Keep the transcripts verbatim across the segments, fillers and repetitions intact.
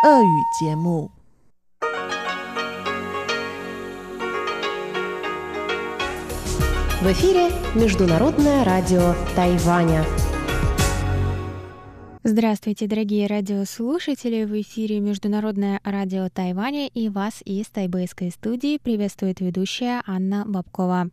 俄语节目。 В эфире Международное радио Тайваня. Здравствуйте, дорогие радиослушатели! В эфире Международное радио Тайваня, и вас из тайбэйской студии приветствует ведущая Анна Бабкова.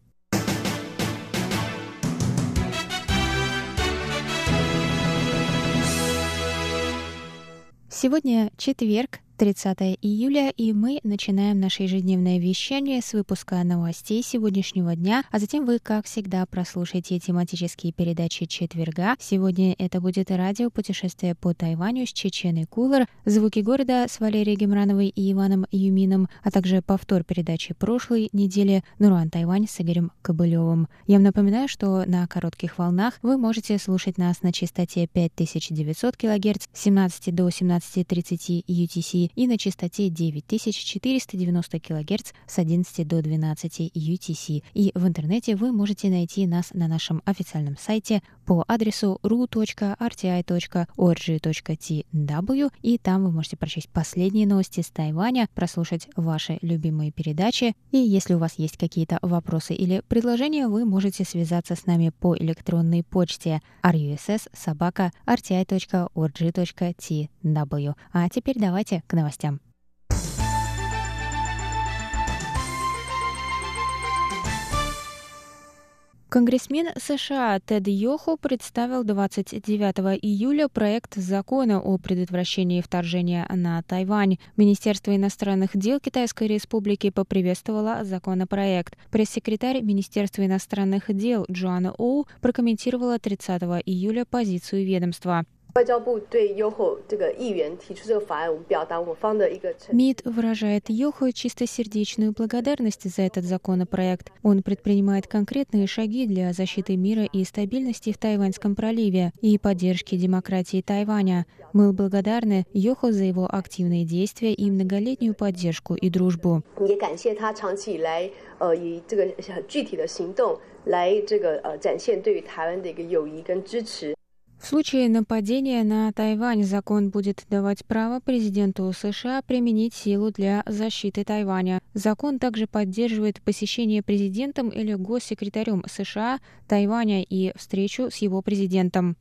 Сегодня четверг, тридцатое июля, и мы начинаем наше ежедневное вещание с выпуска новостей сегодняшнего дня, а затем вы, как всегда, прослушаете тематические передачи четверга. Сегодня это будет радио «Путешествие по Тайваню» с Чеченой Кулар, «Звуки города» с Валерией Гемрановой и Иваном Юмином, а также повтор передачи прошлой недели «Нуруан Тайвань» с Игорем Кобылевым. Я вам напоминаю, что на коротких волнах вы можете слушать нас на частоте пять тысяч девятьсот килогерц с семнадцати до семнадцати тридцати ю ти си и на частоте девять тысяч четыреста девяносто килогерц с одиннадцати до двенадцати ю ти си. И в интернете вы можете найти нас на нашем официальном сайте по адресу ру точка ар ти ай точка орг точка ти дабл ю, и там вы можете прочесть последние новости с Тайваня, прослушать ваши любимые передачи. И если у вас есть какие-то вопросы или предложения, вы можете связаться с нами по электронной почте ар ю эс эс собака ар ти ай точка орг точка ти дабл ю. А теперь давайте к новостям. Конгрессмен США Тед Йохо представил двадцать девятого июля проект закона о предотвращении вторжения на Тайвань. Министерство иностранных дел Китайской Республики поприветствовало законопроект. Пресс-секретарь Министерства иностранных дел Джоанна Оу прокомментировала тридцатого июля позицию ведомства. МИД выражает Йохо чистосердечную благодарность за этот законопроект. Он предпринимает конкретные шаги для защиты мира и стабильности в Тайваньском проливе и поддержки демократии Тайваня. Мы благодарны Йохо за его активные действия и многолетнюю поддержку и дружбу. В случае нападения на Тайвань закон будет давать право президенту США применить силу для защиты Тайваня. Закон также поддерживает посещение президентом или госсекретарем США Тайваня и встречу с его президентом.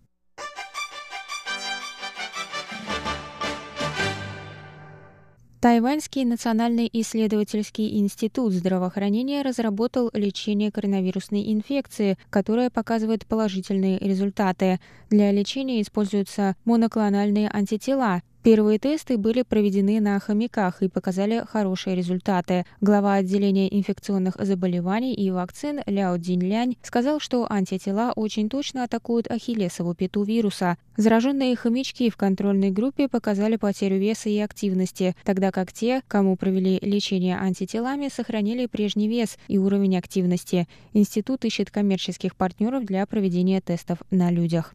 Тайваньский национальный исследовательский институт здравоохранения разработал лечение коронавирусной инфекции, которое показывает положительные результаты. Для лечения используются моноклональные антитела. Первые тесты были проведены на хомяках и показали хорошие результаты. Глава отделения инфекционных заболеваний и вакцин Ляо Динлянь сказал, что антитела очень точно атакуют ахиллесову пяту вируса. Зараженные хомячки в контрольной группе показали потерю веса и активности, тогда как те, кому провели лечение антителами, сохранили прежний вес и уровень активности. Институт ищет коммерческих партнеров для проведения тестов на людях.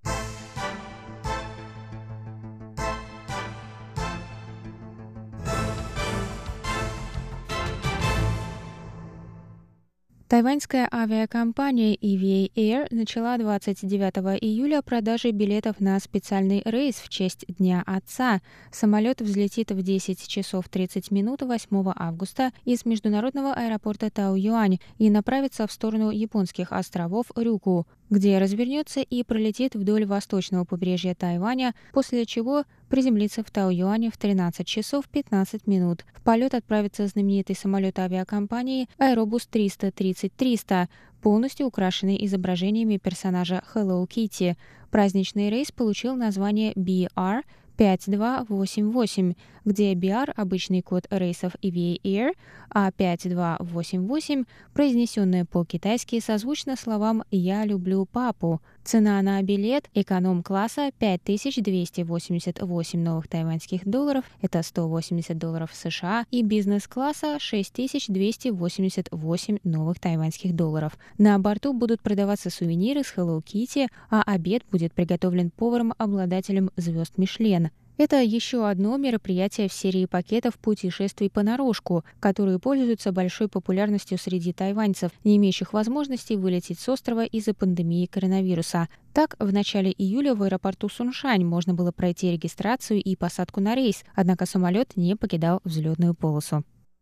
Тайваньская авиакомпания и ви эй Air начала двадцать девятого июля продажи билетов на специальный рейс в честь Дня Отца. Самолет взлетит в десять часов тридцать минут восьмого августа из международного аэропорта Таоюань и направится в сторону японских островов Рюку, где развернется и пролетит вдоль восточного побережья Тайваня, после чего приземлится в Таоюане в тринадцать часов пятнадцать минут. В полет отправится знаменитый самолет авиакомпании Аэробус триста тридцать триста, полностью украшенный изображениями персонажа Hello Kitty. Праздничный рейс получил название би ар пять два восемь восемь, где би ар — обычный код рейсов ви эй Air, а пять два восемь восемь, произнесенное по-китайски, созвучно словам «Я люблю папу». Цена на билет эконом-класса пять тысяч двести восемьдесят восемь новых тайваньских долларов, это сто восемьдесят долларов США, и бизнес-класса шесть тысяч двести восемьдесят восемь новых тайваньских долларов. На борту будут продаваться сувениры с Hello Kitty, а обед будет приготовлен поваром-обладателем звезд Мишлен. Это еще одно мероприятие в серии пакетов путешествий понарошку, которые пользуются большой популярностью среди тайваньцев, не имеющих возможности вылететь с острова из-за пандемии коронавируса. Так, в начале июля в аэропорту Суншань можно было пройти регистрацию и посадку на рейс, однако самолет не покидал взлетную полосу.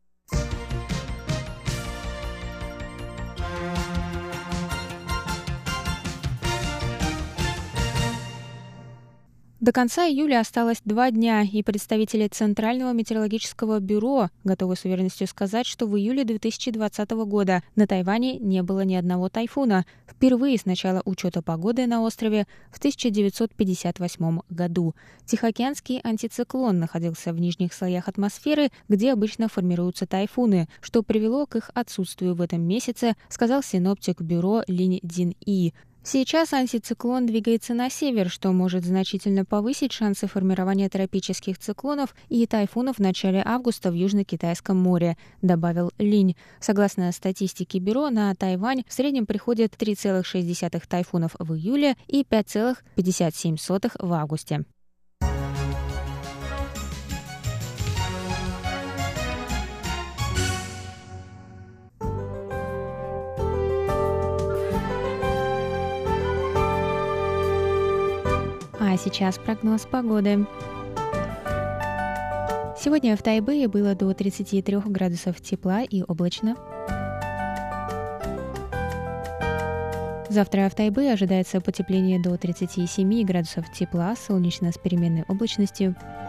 До конца июля осталось два дня, и представители Центрального метеорологического бюро готовы с уверенностью сказать, что в июле две тысячи двадцатого года на Тайване не было ни одного тайфуна, впервые с начала учета погоды на острове в тысяча девятьсот пятьдесят восьмом году. Тихоокеанский антициклон находился в нижних слоях атмосферы, где обычно формируются тайфуны, что привело к их отсутствию в этом месяце, сказал синоптик бюро Линь Дин-И. Сейчас антициклон двигается на север, что может значительно повысить шансы формирования тропических циклонов и тайфунов в начале августа в Южно-Китайском море, добавил Линь. Согласно статистике бюро, на Тайвань в среднем приходит три целых шесть десятых тайфунов в июле и пять целых пятьдесят семь сотых в августе. А сейчас прогноз погоды. Сегодня в Тайбэе было до тридцати трёх градусов тепла и облачно. Завтра в Тайбэе ожидается потепление до тридцати семи градусов тепла, солнечно с переменной облачностью.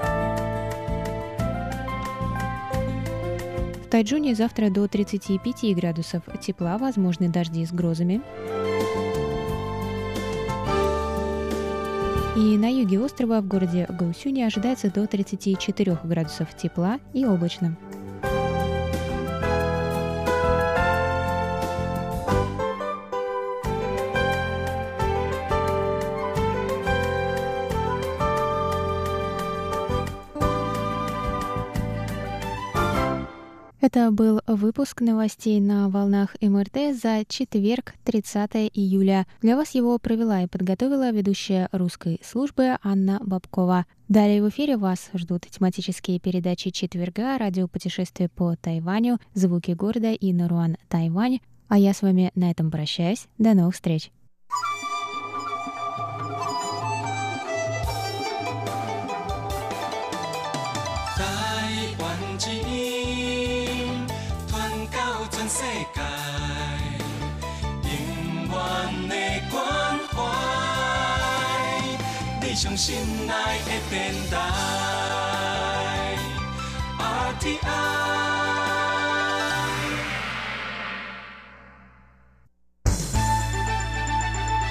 В Тайчжуне завтра до тридцати пяти градусов тепла, возможны дожди с грозами. И на юге острова в городе Гаусюне ожидается до тридцати четырёх градусов тепла и облачно. Это был выпуск новостей на волнах эм эр тэ за четверг, тридцатого июля. Для вас его провела и подготовила ведущая русской службы Анна Бабкова. Далее в эфире вас ждут тематические передачи четверга, радиопутешествие по Тайваню, звуки города и Наруан, Тайвань. А я с вами на этом прощаюсь. До новых встреч! 世界永远的关怀，你上心爱的电台 R T I。